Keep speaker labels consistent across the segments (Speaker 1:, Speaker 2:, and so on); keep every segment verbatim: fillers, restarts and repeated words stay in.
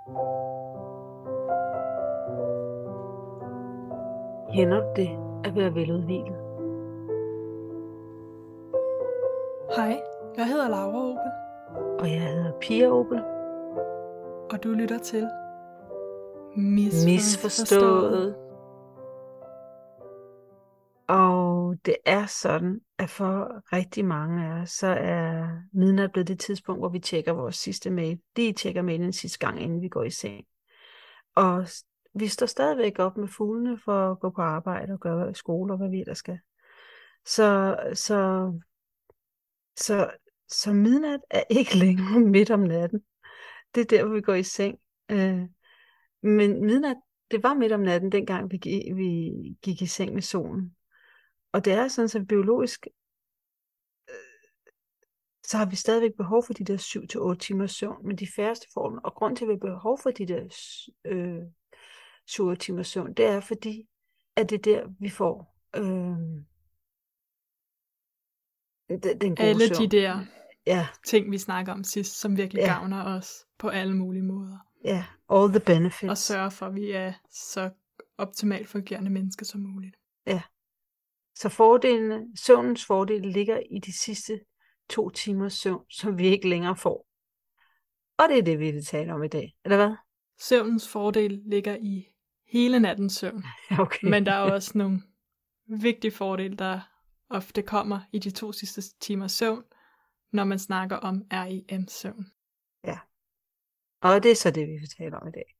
Speaker 1: Kender du det at være veludhvilet?
Speaker 2: Hej, jeg hedder Laura Opel,
Speaker 1: Og jeg hedder Pia Opel.
Speaker 2: og du lytter til Misforstået.
Speaker 1: Misforstået. Og det er sådan, at for rigtig mange af os, så er midnat blevet det tidspunkt, hvor vi tjekker vores sidste mail. De tjekker mailen sidste gang, inden vi går i seng. Og s- vi står stadigvæk op med fuglene for at gå på arbejde og gøre skole og hvad vi ellers skal. Så, så, så, så midnat er ikke længere midt om natten. Det er der, hvor vi går i seng. Øh, men midnat, det var midt om natten, dengang vi, gi- vi gik i seng med solen. Og det er sådan, så biologisk, så har vi stadigvæk behov for de der syv til otte timers søvn, men de færreste får dem. Og grund til, at vi har behov for de der øh, syv otte timers søvn, det er fordi, at det er der, vi får øh, den, den gode
Speaker 2: Alle
Speaker 1: søvn.
Speaker 2: de der
Speaker 1: Ja,
Speaker 2: ting, vi snakker om sidst, som virkelig
Speaker 1: Ja.
Speaker 2: gavner os på alle mulige måder.
Speaker 1: ja, all the benefits.
Speaker 2: Og sørger for, at vi er så optimalt fungerende mennesker som muligt.
Speaker 1: Så fordelen, søvnens fordel ligger i de sidste to timers søvn, som vi ikke længere får. Og det er det, vi vil tale om i dag. Eller hvad?
Speaker 2: Søvnens fordel ligger i hele nattens søvn.
Speaker 1: Okay.
Speaker 2: Men der er også nogle vigtige fordele, der ofte kommer i de to sidste timers søvn, når man snakker om R E M-søvn.
Speaker 1: Og det er så det, vi vil tale om i dag.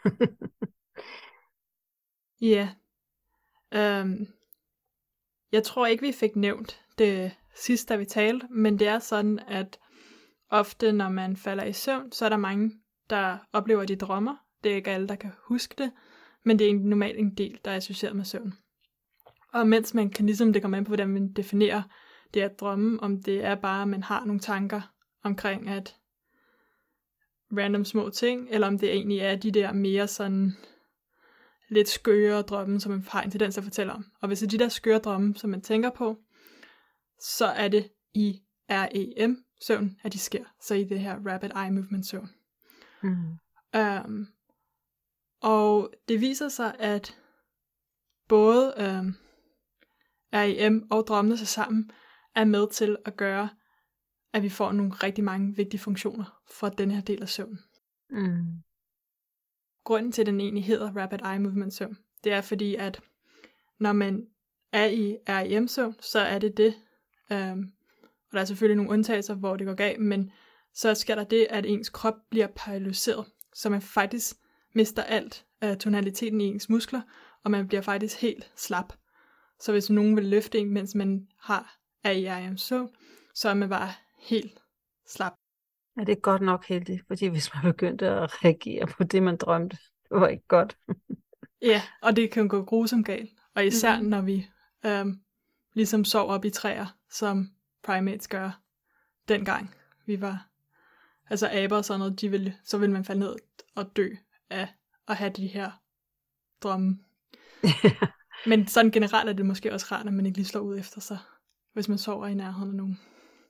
Speaker 2: Ja. Øhm, jeg tror ikke, vi fik nævnt det sidst, da vi talte, men det er sådan, at ofte, når man falder i søvn, så er der mange, der oplever, at de drømmer. Det er ikke alle, der kan huske det, men det er en normalt en del, der er associeret med søvn. Og mens man kan ligesom, det kommer an på, hvordan man definerer det at drømme, om det er bare, at man har nogle tanker omkring, at random små ting, eller om det egentlig er de der mere sådan lidt skøre drømme, som man har en tendens at fortælle om. Og hvis det er de der skøre drømme, som man tænker på, så er det i R E M-søvn, at de sker. Så i det her Rapid Eye Movement-søvn.
Speaker 1: Mm.
Speaker 2: Um, og det viser sig, at både um, R E M og drømmene sig sammen er med til at gøre, at vi får nogle rigtig mange vigtige funktioner for den her del af søvnen.
Speaker 1: Mm.
Speaker 2: Grunden til, at den egentlig hedder Rapid Eye Movement søvn, det er fordi, at når man er i R E M-søvn, så er det det, øhm, og der er selvfølgelig nogle undtagelser, hvor det går galt, men så sker der det, at ens krop bliver paralyseret, så man faktisk mister alt af tonaliteten i ens muskler, og man bliver faktisk helt slap. Så hvis nogen vil løfte en, mens man har er i R E M-søvn, så er man bare helt slap.
Speaker 1: Ja, det er godt nok heldigt, fordi hvis man begyndte at reagere på det, man drømte, det var ikke godt.
Speaker 2: Ja, og det kan gå grusomt galt. Og især
Speaker 1: Mhm.
Speaker 2: mm-hmm. når vi øhm, ligesom sov op i træer, som primates gør dengang vi var, altså aber og sådan noget, de ville, så ville man falde ned og dø af at have de her drømme. Men sådan generelt er det måske også rart, at man ikke lige slår ud efter sig, hvis man sover i nærheden af nogen.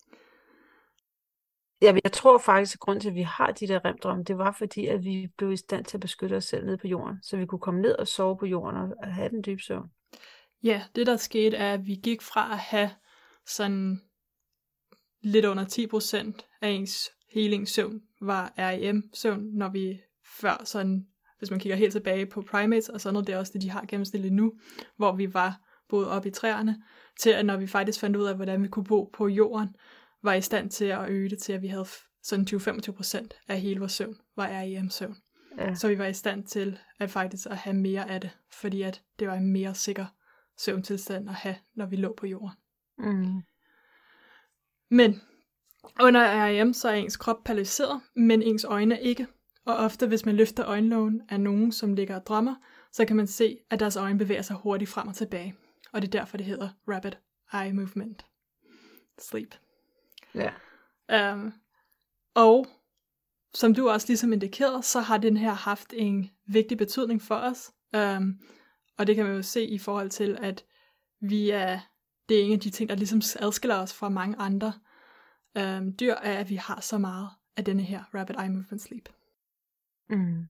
Speaker 1: Ja, jeg tror faktisk, at grunden til, at vi har de der remdrømme, det var fordi, at vi blev i stand til at beskytte os selv nede på jorden. Så vi kunne komme ned og sove på jorden og have den dybe søvn.
Speaker 2: Ja, det der skete er, at vi gik fra at have sådan lidt under ti procent af ens hele ens søvn var R E M-søvn, når vi før sådan, hvis man kigger helt tilbage på primates og sådan noget, det er også det, de har gennemsnitligt nu, hvor vi var boet op i træerne, til at når vi faktisk fandt ud af, hvordan vi kunne bo på jorden, var i stand til at øge det til, at vi havde sådan tyve til femogtyve procent af hele vores søvn var R E M-søvn.
Speaker 1: Ja.
Speaker 2: Så vi var i stand til at faktisk at have mere af det, fordi at det var en mere sikker søvntilstand at have, når vi lå på jorden.
Speaker 1: Mm.
Speaker 2: Men under R E M så er ens krop paralyseret, men ens øjne er ikke. Og ofte hvis man løfter øjenlågen af nogen, som ligger og drømmer, så kan man se, at deres øjne bevæger sig hurtigt frem og tilbage. Og det er derfor, det hedder Rapid Eye Movement Sleep.
Speaker 1: Ja.
Speaker 2: Um, og som du også ligesom indikerede, så har den her haft en vigtig betydning for os. Um, og det kan man jo se i forhold til, at vi er, det er en af de ting, der ligesom adskiller os fra mange andre um, dyr, er, at vi har så meget af denne her Rapid Eye Movement Sleep.
Speaker 1: Mm.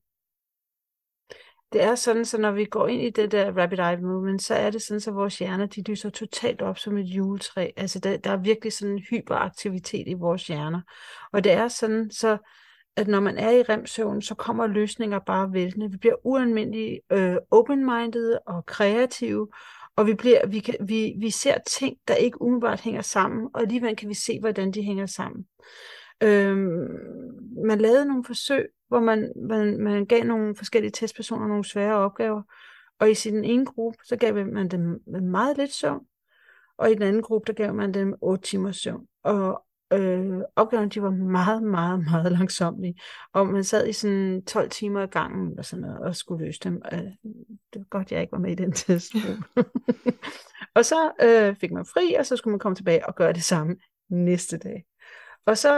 Speaker 1: Det er sådan, så når vi går ind i det der rapid eye movement, så er det sådan, så vores hjerner, de lyser totalt op som et juletræ. Altså, der, der er virkelig sådan en hyperaktivitet i vores hjerner. Og det er sådan, så at når man er i rem-søvn, så kommer løsninger bare væltende. Vi bliver ualmindeligt øh, open-minded og kreative, og vi, bliver, vi, kan, vi, vi ser ting, der ikke umiddelbart hænger sammen, og alligevel kan vi se, hvordan de hænger sammen. Øhm, man lavede nogle forsøg, hvor man, man, man gav nogle forskellige testpersoner nogle svære opgaver, og i sin ene gruppe, så gav man dem meget lidt søvn, og i den anden gruppe, der gav man dem otte timers søvn. Og øh, opgaverne, de var meget, meget, meget langsomlige, og man sad i sådan tolv timer ad gangen, eller sådan noget, og skulle løse dem. Øh, det var godt, jeg ikke var med i den testgruppe. Og så øh, fik man fri, og så skulle man komme tilbage og gøre det samme næste dag. Og så,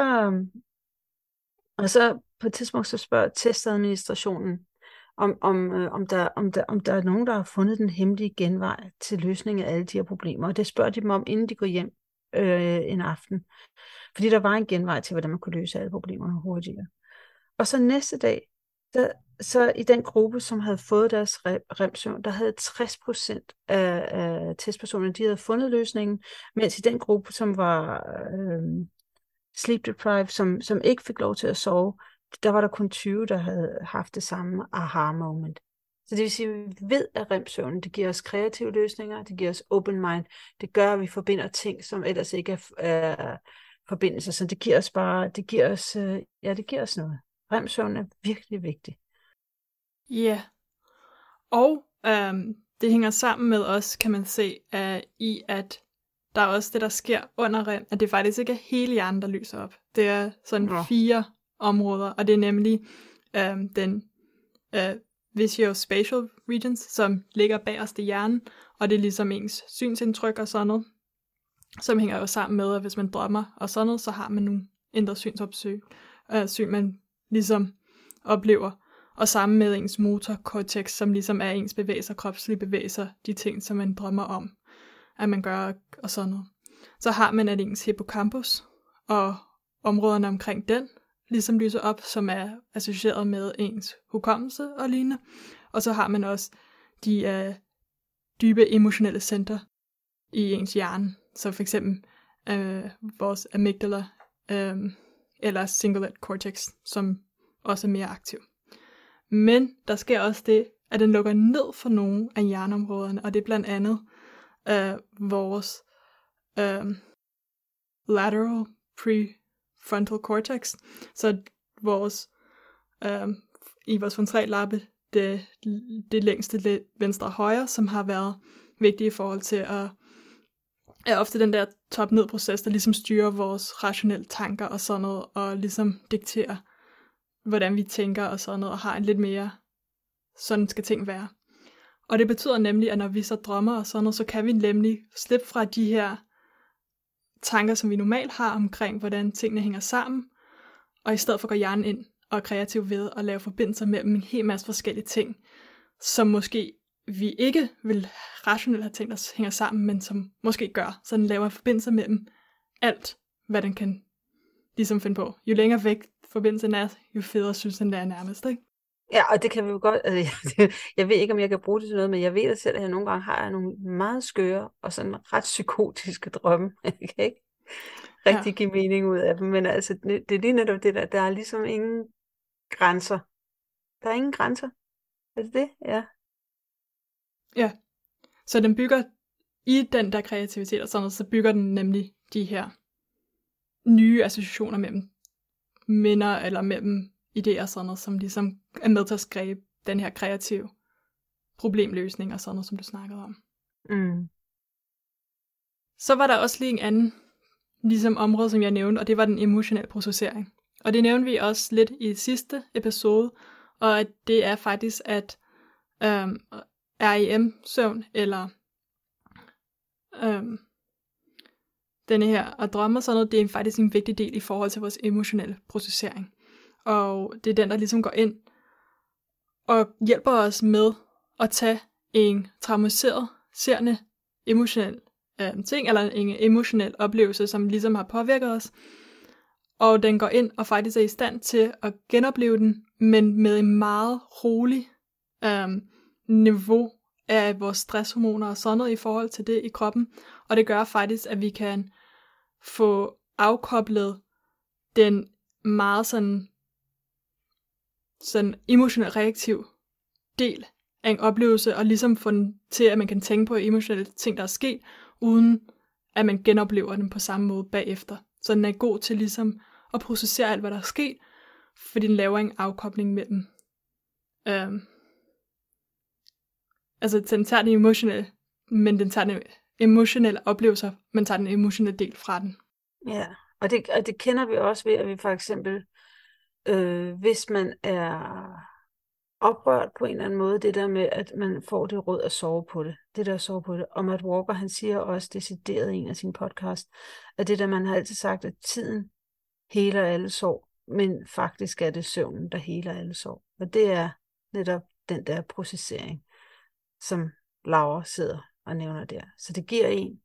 Speaker 1: og så på et tidspunkt så spørger testadministrationen, om, om, øh, om, der, om, der, om der er nogen, der har fundet den hemmelige genvej til løsning af alle de her problemer. Og det spørger de dem om, inden de går hjem øh, en aften. Fordi der var en genvej til, hvordan man kunne løse alle problemerne hurtigere. Og så næste dag, der, så i den gruppe, som havde fået deres rem-søvn, der havde tres procent af, af testpersonerne, de havde fundet løsningen, mens i den gruppe, som var øh, sleep deprived, som, som ikke fik lov til at sove, der var der kun tyve, der havde haft det samme aha moment. Så det vil sige, at vi ved, at rem-søvnen, det giver os kreative løsninger, det giver os open mind, det gør, at vi forbinder ting, som ellers ikke er, er forbindelser, så det giver os bare, det giver os, øh, ja, det giver os noget. Rem-søvn er virkelig vigtig.
Speaker 2: Ja, yeah. Og øhm, det hænger sammen med os, kan man se, uh, i at der er også det, der sker under rem, at det faktisk ikke er hele hjernen, der lyser op. Det er sådan ja. fire områder, og det er nemlig øhm, den øh, visuospatial regions, som ligger bagerst i hjernen, og det er ligesom ens synsindtryk og sådan noget, som hænger jo sammen med, at hvis man drømmer og sådan noget, så har man nogle indre synsopsøg, øh, syn man ligesom oplever, og sammen med ens motorkortex, som ligesom er ens bevægelser, kropslige bevægelser, de ting, som man drømmer om, at man gør og sådan noget. Så har man at ens hippocampus og områderne omkring den, ligesom lyser op, som er associeret med ens hukommelse og lignende. Og så har man også de uh, dybe emotionelle center i ens hjerne, så for eksempel uh, vores amygdala uh, eller cingulate cortex, som også er mere aktiv. Men der sker også det, at den lukker ned for nogle af hjerneområderne, og det er blandt andet uh, vores uh, lateral prefrontal cortex, så vores uh, i vores frontallappe, det, det længste venstre og højre, som har været vigtige i forhold til at er ofte den der top-ned proces, der ligesom styrer vores rationelle tanker og sådan noget, og ligesom dikterer, hvordan vi tænker og sådan noget, og har en lidt mere, sådan skal ting være. Og det betyder nemlig, at når vi så drømmer og sådan noget, så kan vi nemlig slippe fra de her tanker, som vi normalt har omkring, hvordan tingene hænger sammen, og i stedet for går hjernen ind og er kreativ ved at lave forbindelser mellem en hel masse forskellige ting, som måske vi ikke vil rationelt have tænkt os hænger sammen, men som måske gør, så den laver forbindelser mellem alt, hvad den kan ligesom finde på. Jo længere væk forbindelsen er, jo federe synes den der er nærmest, ikke?
Speaker 1: Ja, og det kan vi jo godt, altså, jeg ved ikke, om jeg kan bruge det til noget, men jeg ved det selv, at jeg nogle gange har nogle meget skøre og sådan ret psykotiske drømme. Jeg kan ikke rigtig ja. give mening ud af dem, men altså, det, det er lige netop det der, der er ligesom ingen grænser. Der er ingen grænser. Er det det? Ja.
Speaker 2: Ja, så den bygger i den der kreativitet og sådan noget, så bygger den nemlig de her nye associationer mellem minder eller mellem idéer og sådan noget, som ligesom er med til at skrive den her kreative problemløsning og sådan noget, som du snakkede om.
Speaker 1: Mm.
Speaker 2: Så var der også lige en anden ligesom område, som jeg nævnte, og det var den emotionelle processering. Og det nævnte vi også lidt i sidste episode, og at det er faktisk, at øhm, R E M-søvn, eller øhm, denne her, og drømme og sådan noget, det er faktisk en vigtig del i forhold til vores emotionelle processering. Og det er den, der ligesom går ind og hjælper os med at tage en traumatiseret, serende, emotionel øh, ting, eller en emotionel oplevelse, som ligesom har påvirket os, og den går ind og faktisk er i stand til at genopleve den, men med en meget rolig øhm, niveau af vores stresshormoner og sådan noget i forhold til det i kroppen. Og det gør faktisk, at vi kan få afkoblet den meget sådan, sådan emotionelt reaktiv del af en oplevelse, og ligesom få den til, at man kan tænke på emotionelle ting, der er sket, uden at man genoplever den på samme måde bagefter. Så den er god til ligesom at processere alt, hvad der er sket, fordi den laver en afkobling med dem. Øhm. Altså, den tager den emotionelle, men den tager den emotionelle oplevelser, men tager den emotionelle del fra den.
Speaker 1: Ja, og det, og det kender vi også ved, at vi for eksempel, øh, hvis man er oprørt på en eller anden måde, det der med, at man får det råd at sove på det. Det der at sove på det. Og Matt Walker, han siger også decideret i en af sine podcast, at det der, man har altid sagt, at tiden heler alle sår, men faktisk er det søvnen, der heler alle sår. Og det er netop den der processering, som Laura sidder og nævner der. Så det giver en,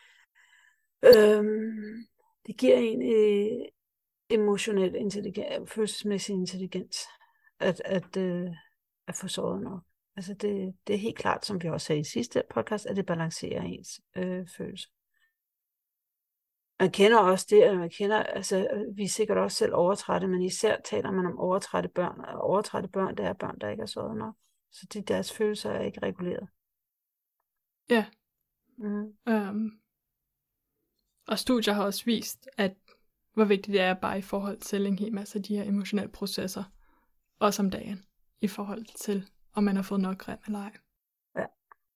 Speaker 1: øhm, det giver en øh, emotionel intelligens, følelsesmæssig intelligens, at, at, øh, at få sovet nok. Altså det, det er helt klart, som vi også sagde i sidste podcast, at det balancerer ens øh, følelser. Man kender også det, at man kender, altså vi er sikkert også selv overtrætte, men især taler man om overtrætte børn, og overtrætte børn, det er børn, der ikke er sovet nok. Så de, deres følelser er ikke reguleret.
Speaker 2: Ja.
Speaker 1: Mm.
Speaker 2: Um, og studier har også vist, at hvor vigtigt det er bare i forhold til en hel masse af de her emotionelle processer, også om dagen, i forhold til, om man har fået nok rem eller ej.
Speaker 1: Ja.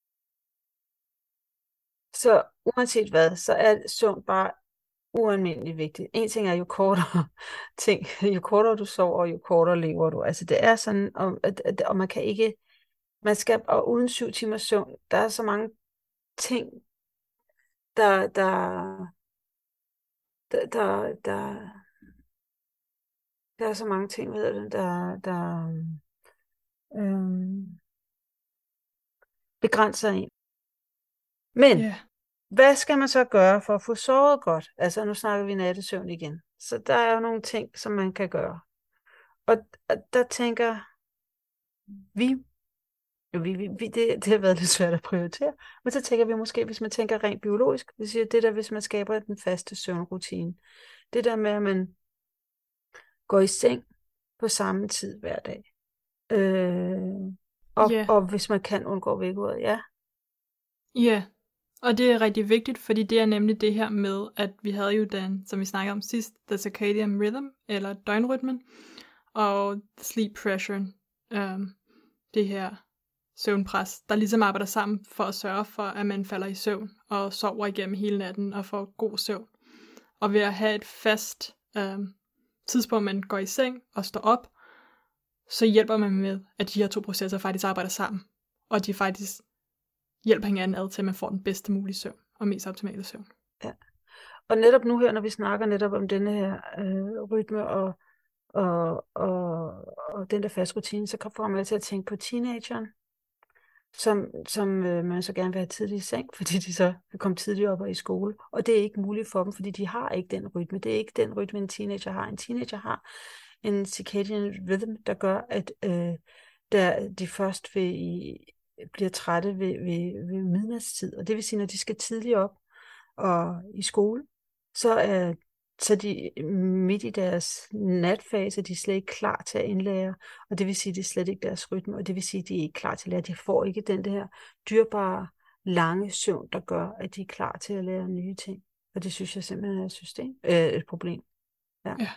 Speaker 1: Så uanset hvad, så er søvn bare ualmindeligt vigtigt. En ting er, jo kortere ting, jo kortere du sover, jo kortere lever du. Altså det er sådan, og, at, og man kan ikke, man skal, og uden syv timers søvn, der er så mange ting, der, der, der, der, der, der er så mange ting, ved du, der, der øhm, begrænser en. Men,
Speaker 2: Yeah.
Speaker 1: hvad skal man så gøre for at få sovet godt? Altså, nu snakker vi nattesøvn igen. Så der er jo nogle ting, som man kan gøre. Og der tænker vi, vi, vi, vi det, det har været lidt svært at prioritere, men så tænker vi måske, hvis man tænker rent biologisk, vi siger det der, hvis man skaber den faste søvnrutine. Det der med, at man går i seng på samme tid hver dag. Øh, og,
Speaker 2: Yeah.
Speaker 1: og hvis man kan undgå vækkeuret, ja.
Speaker 2: Ja, yeah. Og det er rigtig vigtigt, fordi det er nemlig det her med, at vi havde jo den, som vi snakkede om sidst, the circadian rhythm, eller døgnrytmen, og sleep pressure, øhm, det her søvnpres, der ligesom arbejder sammen for at sørge for, at man falder i søvn, og sover igennem hele natten, og får god søvn. Og ved at have et fast øhm, tidspunkt, man går i seng og står op, så hjælper man med, at de her to processer faktisk arbejder sammen, og de faktisk hjælper hinanden ad til, at man får den bedste mulige søvn, og mest optimale søvn.
Speaker 1: Ja. Og netop nu her, når vi snakker netop om denne her øh, rytme og, og, og, og den der fast rutine, så kommer jeg til at tænke på teenageren, som, som øh, man så gerne vil have tidligt i seng, fordi de så vil komme tidligt op og i skole. Og det er ikke muligt for dem, fordi de har ikke den rytme. Det er ikke den rytme, en teenager har. En teenager har en circadian rhythm, der gør, at øh, der de først vil i, bliver trætte ved, ved, ved midnatstid. Og det vil sige, når de skal tidligt op og i skole, så er så de midt i deres natfase, de er slet ikke klar til at indlære, og det vil sige, det er slet ikke deres rytme, og det vil sige, de er ikke klar til at lære. De får ikke den der dyrbare, lange søvn, der gør, at de er klar til at lære nye ting. Og det synes jeg simpelthen er et system, øh, et problem. Ja.
Speaker 2: Ja.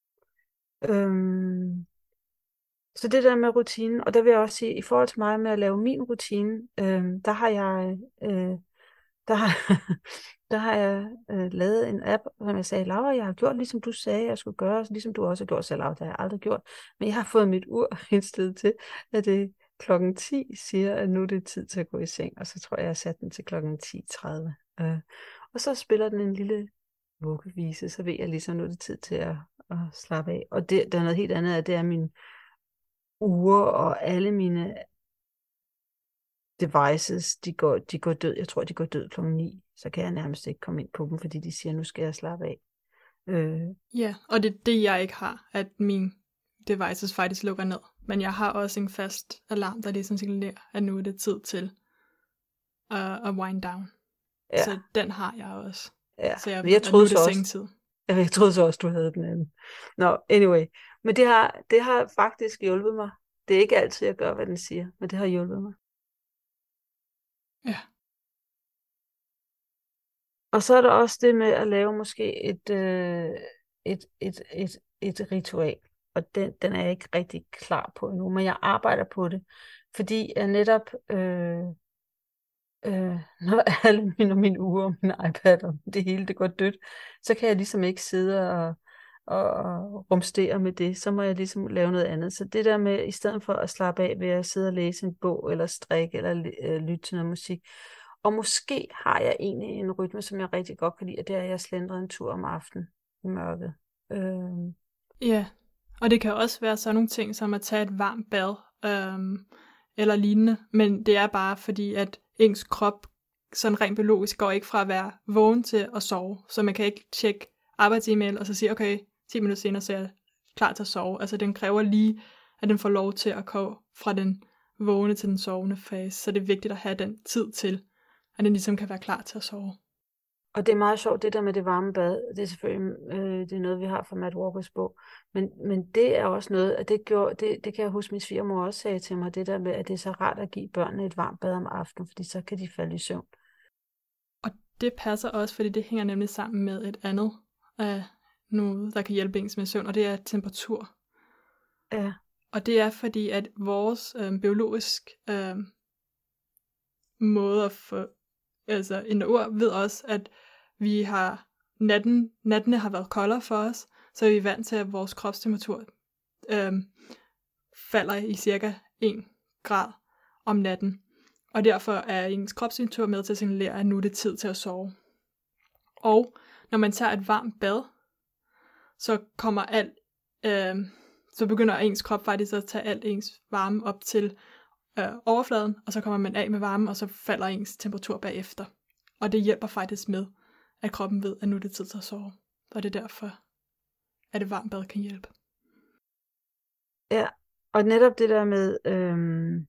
Speaker 1: Øhm, så det der med rutinen, og der vil jeg også sige, i forhold til mig med at lave min rutine, øh, der har jeg, øh, der har, der har jeg øh, lavet en app, som jeg sagde, Laura, jeg har gjort, ligesom du sagde, jeg skulle gøre, ligesom du også har gjort, så Laura, det har jeg aldrig gjort, men jeg har fået mit ur indstillet til, at det klokken ti siger, at nu er det tid til at gå i seng, og så tror jeg, jeg har sat den til klokken ti tredive. Øh, og så spiller den en lille vuggevise, så ved jeg ligesom, nu er det tid til at, at slappe af. Og det, der er noget helt andet, at det er min uger og alle mine devices, de går, de går død. Jeg tror, de går død klokken ni. Så kan jeg nærmest ikke komme ind på dem, fordi de siger, nu skal jeg slappe af. Øh.
Speaker 2: Ja, og det er det, jeg ikke har. At min devices faktisk lukker ned. Men jeg har også en fast alarm, der ligesom signalerer, at nu er det tid til uh, at wind down.
Speaker 1: Ja.
Speaker 2: Så den har jeg også.
Speaker 1: Ja.
Speaker 2: Så jeg
Speaker 1: Men
Speaker 2: ved,
Speaker 1: jeg
Speaker 2: at nu
Speaker 1: troede
Speaker 2: er det
Speaker 1: så også,
Speaker 2: sengetid.
Speaker 1: jeg troede så også, du havde den anden. Nå, anyway. Men det har, det har faktisk hjulpet mig. Det er ikke altid, jeg gør, hvad den siger, men det har hjulpet mig.
Speaker 2: Ja.
Speaker 1: Og så er der også det med at lave måske et, øh, et, et, et, et ritual. Og den, den er jeg ikke rigtig klar på endnu, men jeg arbejder på det. Fordi jeg netop, øh, øh, når alle mine, mine uger og min iPad og det hele det går dødt, så kan jeg ligesom ikke sidde og, og, og rumstere med det. Så må jeg ligesom lave noget andet. Så det der med, i stedet for at slappe af ved at sidde og læse en bog, eller strikke, eller øh, lytte til noget musik. Og måske har jeg egentlig en rytme, som jeg rigtig godt kan lide, og det er, at jeg slendrer en tur om aftenen i mørket. Øh,
Speaker 2: Ja, og det kan også være sådan nogle ting, som at tage et varmt bad, øhm, eller lignende, men det er bare fordi, at ens krop, sådan rent biologisk, går ikke fra at være vågen til at sove, så man kan ikke tjekke arbejds-e-mail, og så sige, okay, ti minutter senere, så er jeg klar til at sove. Altså den kræver lige, at den får lov til at gå fra den vågne til den sovende fase, så det er vigtigt at have den tid til, at den ligesom kan være klar til at sove.
Speaker 1: Og det er meget sjovt, det der med det varme bad, det er selvfølgelig øh, det er noget, vi har fra Matt Walkers bog, men, men det er også noget, at det, gjorde, det, det kan jeg huske, min svigermor også sagde til mig, det der med, at det er så rart at give børnene et varmt bad om aftenen, fordi så kan de falde i søvn.
Speaker 2: Og det passer også, fordi det hænger nemlig sammen med et andet af noget, der kan hjælpe ens med søvn, og det er temperatur.
Speaker 1: Ja.
Speaker 2: Og det er fordi, at vores øh, biologisk øh, måde at få, altså en ord ved os, at vi har, natten, nattene har været koldere for os, så er vi vant til, at vores kropstemperatur øh, falder i cirka en grad om natten. Og derfor er ens kropstemperatur med til at signalere, at nu er det tid til at sove. Og når man tager et varmt bad, så kommer alt, øh, så begynder ens krop faktisk at tage alt ens varme op til øh, overfladen, og så kommer man af med varme, og så falder ens temperatur bagefter. Og det hjælper faktisk med, at kroppen ved, at nu er det tid til at sove. Og det er derfor, at et varmt bad kan hjælpe.
Speaker 1: Ja, og netop det der med, øhm,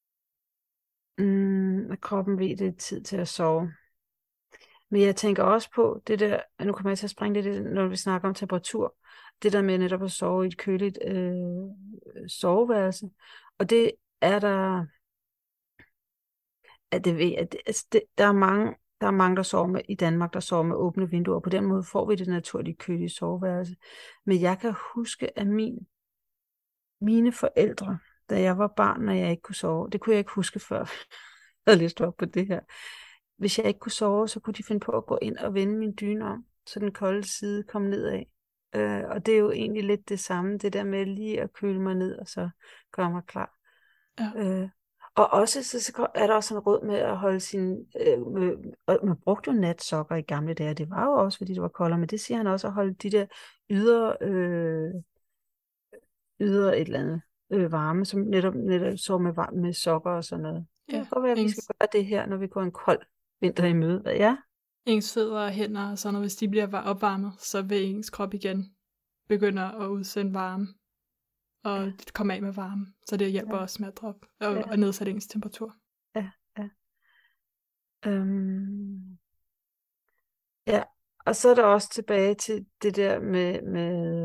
Speaker 1: mm, at kroppen ved, det er tid til at sove. Men jeg tænker også på det der, nu kommer jeg til at springe lidt, når vi snakker om temperatur, det der med netop at sove i et køligt øh, soveværelse. Og det er der, at det ved, at det, altså det, der er mange, der er mange, der sover med, i Danmark, der sover med åbne vinduer, og på den måde får vi det naturlige kølige soveværelse. Men jeg kan huske, at min, mine forældre, da jeg var barn, og jeg ikke kunne sove, det kunne jeg ikke huske før, jeg havde læst op på det her. Hvis jeg ikke kunne sove, så kunne de finde på at gå ind og vende min dyne om, så den kolde side kom nedad. Øh, og det er jo egentlig lidt det samme, det der med lige at køle mig ned, og så gøre mig klar.
Speaker 2: Ja.
Speaker 1: Øh, og også så, så er der også en råd med at holde sin, øh, med, og man brugte jo natsokker i gamle dage, det var jo også, fordi det var koldere, men det siger han også, at holde de der ydre, øh, ydre et eller andet øh, varme, som netop, netop så med, varme, med sokker og sådan noget.
Speaker 2: Ja,
Speaker 1: det kan godt være, at vi
Speaker 2: ens,
Speaker 1: skal gøre det her, når vi går en kold vinter i møde. Ja?
Speaker 2: ens fødder og hænder og sådan noget, hvis de bliver opvarmet, så vil ens krop igen begynde at udsende varme og ja. komme af med varme. Så det hjælper ja. også med at droppe og, ja. og nedsætte ens temperatur.
Speaker 1: Ja, ja. Øhm. Ja, og så er der også tilbage til det der med, med,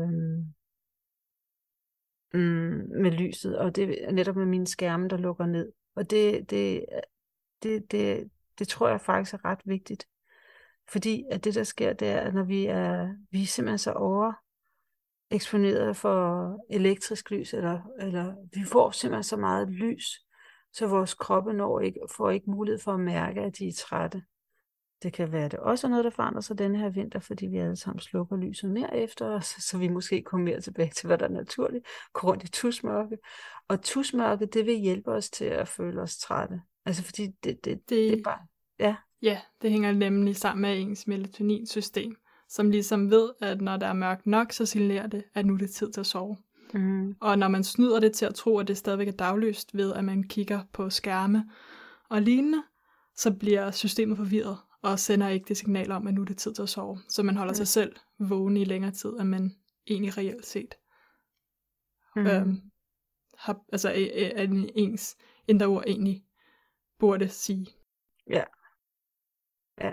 Speaker 1: mm, med lyset, og det er netop med mine skærme, der lukker ned. Og det, det, det, det, det tror jeg faktisk er ret vigtigt. Fordi at det, der sker, det er, at når vi er, vi er simpelthen så over eksponeret for elektrisk lys, eller, eller vi får simpelthen så meget lys, så vores kroppe når ikke, får ikke mulighed for at mærke, at de er trætte. Det kan være, det også er noget, der forandrer sig denne her vinter, fordi vi alle sammen slukker lyset mere efter os, så vi måske kommer mere tilbage til, hvad der er naturligt, gå rundt i tusmørke. Og tusmørke, det vil hjælpe os til at føle os trætte. Altså fordi det, det, det, det er bare... Ja.
Speaker 2: Ja, det hænger nemlig sammen med ens melatoninsystem, som ligesom ved, at når der er mørkt nok, så signalerer det, at nu er det tid til at sove.
Speaker 1: Mm.
Speaker 2: Og når man snyder det til at tro, at det stadigvæk er daglyst ved, at man kigger på skærme og lignende, så bliver systemet forvirret og sender ikke det signal om, at nu er det tid til at sove. Så man holder mm. sig selv vågen i længere tid, end man egentlig reelt set mm. øhm, har, altså at ens indre ord egentlig burde sige.
Speaker 1: Ja. Ja.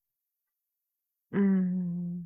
Speaker 1: Mm.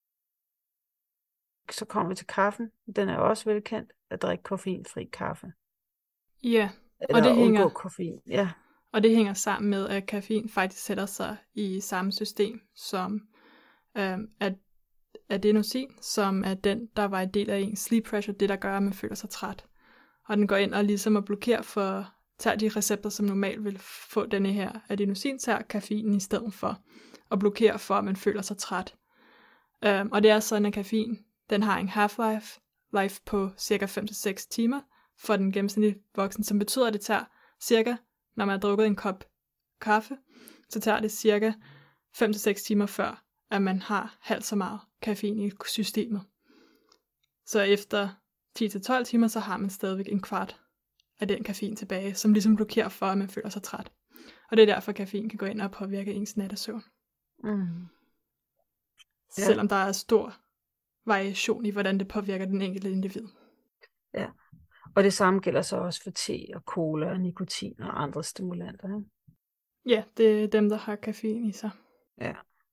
Speaker 1: Så kommer vi til kaffen. Den er også velkendt, at drikke koffeinfri kaffe.
Speaker 2: Ja,
Speaker 1: Eller
Speaker 2: og det hænger,
Speaker 1: undgå koffein. Ja.
Speaker 2: og det hænger sammen med, at koffein faktisk sætter sig i samme system som øhm, at adenosin, som er den, der var en del af ens sleep pressure, det der gør, at man føler sig træt. Og den går ind og ligesom at blokere for, tager de receptorer, som normalt vil få denne her adenosin, tager koffeinen i stedet for, og blokere for, at man føler sig træt. Øhm, og det er sådan, at koffein, den har en half-life life på cirka fem til seks timer for den gennemsnitlige voksen, som betyder, at det tager cirka, når man har drukket en kop kaffe, så tager det cirka fem til seks timer før, at man har halvt så meget koffein i systemet. Så efter ti til tolv timer, så har man stadigvæk en kvart af den koffein tilbage, som ligesom blokerer for, at man føler sig træt. Og det er derfor, at koffein kan gå ind og påvirke ens nattesøvn.
Speaker 1: Mm. Ja.
Speaker 2: Selvom der er stor variation i, hvordan det påvirker den enkelte individ.
Speaker 1: Ja, og det samme gælder så også for te og cola og nikotin og andre stimulanter. Ikke?
Speaker 2: Ja, det er dem, der har koffein i sig.
Speaker 1: Ja.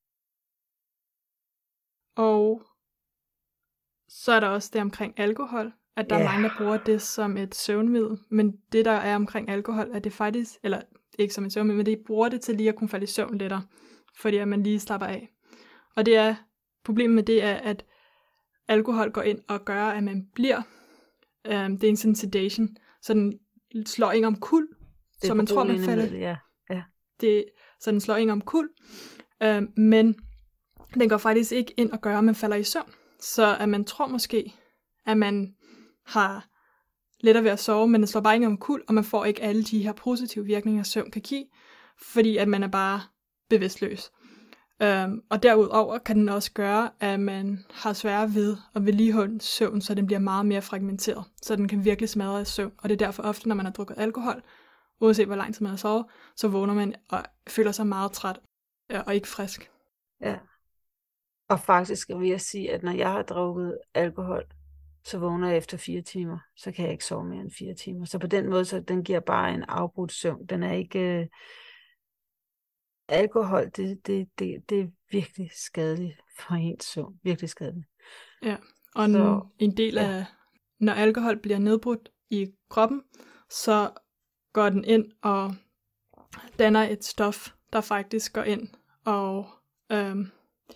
Speaker 2: Og så er der også det omkring alkohol, at der yeah. er mange, der bruger det som et søvnmiddel. Men det, der er omkring alkohol, er det faktisk, eller ikke som et søvnmiddel, men de bruger det til lige at kunne falde i søvn lettere, fordi at man lige slapper af. Og det er, problemet med det er, at alkohol går ind og gør, at man bliver, øhm, det er en sådan sedation, så den slår en om kul, så man tror, man falder.
Speaker 1: Ja. Ja.
Speaker 2: Det, så den slår en om kul, øhm, men den går faktisk ikke ind og gør, at man falder i søvn. Så at man tror måske, at man har lettere ved at sove, men den slår bare ikke om kul, og man får ikke alle de her positive virkninger, søvn kan give, fordi at man er bare bevidstløs. Øhm, og derudover kan den også gøre, at man har sværere ved at vedligeholde søvn, så den bliver meget mere fragmenteret, så den kan virkelig smadre af søvn. Og det er derfor ofte, når man har drukket alkohol, uanset hvor lang tid man har sovet, så vågner man og føler sig meget træt og ikke frisk.
Speaker 1: Ja. Og faktisk vil jeg sige, at når jeg har drukket alkohol, så vågner jeg efter fire timer. Så kan jeg ikke sove mere end fire timer. Så på den måde, så den giver bare en afbrudt søvn. Den er ikke... Øh... Alkohol, det, det, det, det er virkelig skadeligt for ens søvn. Virkelig skadeligt.
Speaker 2: Ja, og så, en del af... Ja. Når alkohol bliver nedbrudt i kroppen, så går den ind og danner et stof, der faktisk går ind og... Øhm,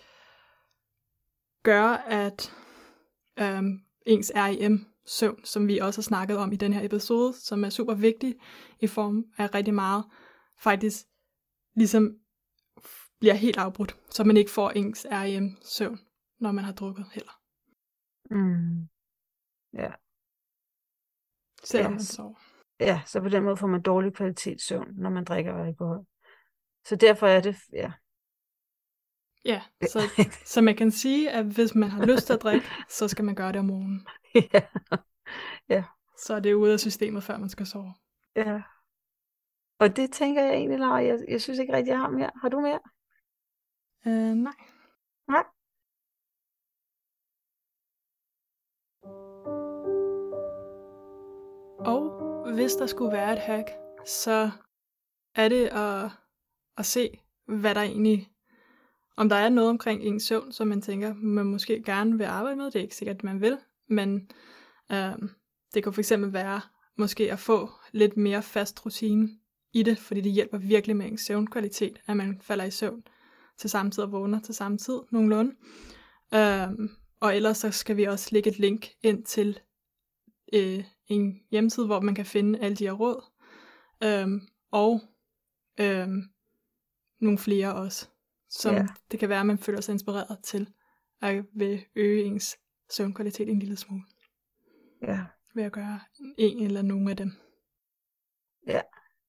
Speaker 2: gør, at øhm, ens R E M-søvn, som vi også har snakket om i den her episode, som er super vigtig i form af rigtig meget, faktisk ligesom bliver helt afbrudt, så man ikke får ens R E M-søvn, når man har drukket heller.
Speaker 1: Mm. Ja.
Speaker 2: Selvom
Speaker 1: ja,
Speaker 2: man sover.
Speaker 1: Ja, så på den måde får man dårlig kvalitetssøvn, når man drikker alkohol. Så derfor er det, ja.
Speaker 2: Ja, så, så man kan sige, at hvis man har lyst til at drikke, så skal man gøre det om morgenen.
Speaker 1: Ja. Ja.
Speaker 2: Så er det ude af systemet, før man skal sove.
Speaker 1: Ja. Og det tænker jeg egentlig, Laura, jeg, jeg synes ikke rigtig, jeg har mere. Har du mere?
Speaker 2: Øh, nej.
Speaker 1: Nej.
Speaker 2: Og hvis der skulle være et hack, så er det at, at se, hvad der egentlig... Om der er noget omkring ens søvn, som man tænker, man måske gerne vil arbejde med. Det er ikke sikkert, at man vil, men øh, det kan fx være måske at få lidt mere fast rutine i det, fordi det hjælper virkelig med ens søvnkvalitet, at man falder i søvn til samme tid og vågner til samme tid nogenlunde. Øh, og ellers så skal vi også lægge et link ind til øh, en hjemmeside, hvor man kan finde alle de her råd, øh, og øh, nogle flere også. Som ja. Det kan være, at man føler sig inspireret til at vil øge ens søvnkvalitet en lille smule.
Speaker 1: Ja.
Speaker 2: Ved at gøre en eller nogle af dem.
Speaker 1: Ja.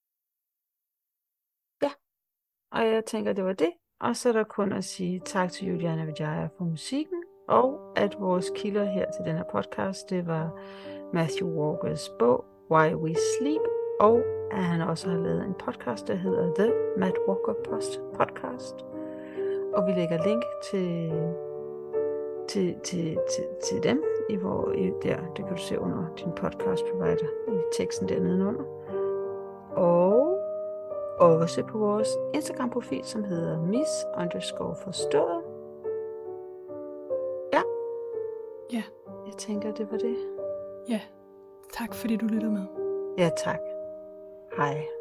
Speaker 1: Ja. Og jeg tænker, det var det. Og så er der kun at sige tak til Juliana Vijaya for musikken. Og at vores kilder her til den her podcast, det var Matthew Walkers bog Why We Sleep. Og at han også har lavet en podcast, der hedder The Matt Walker Podcast. Og vi lægger link til, til, til, til, til dem i hvor i, der, det kan du se under din podcast provider i teksten der nedenunder. Og også på vores Instagram-profil, som hedder Miss underscore forstået. Ja.
Speaker 2: Ja.
Speaker 1: Jeg tænker, det var det.
Speaker 2: Ja. Tak fordi du lyttede med.
Speaker 1: Ja, tak. Hej.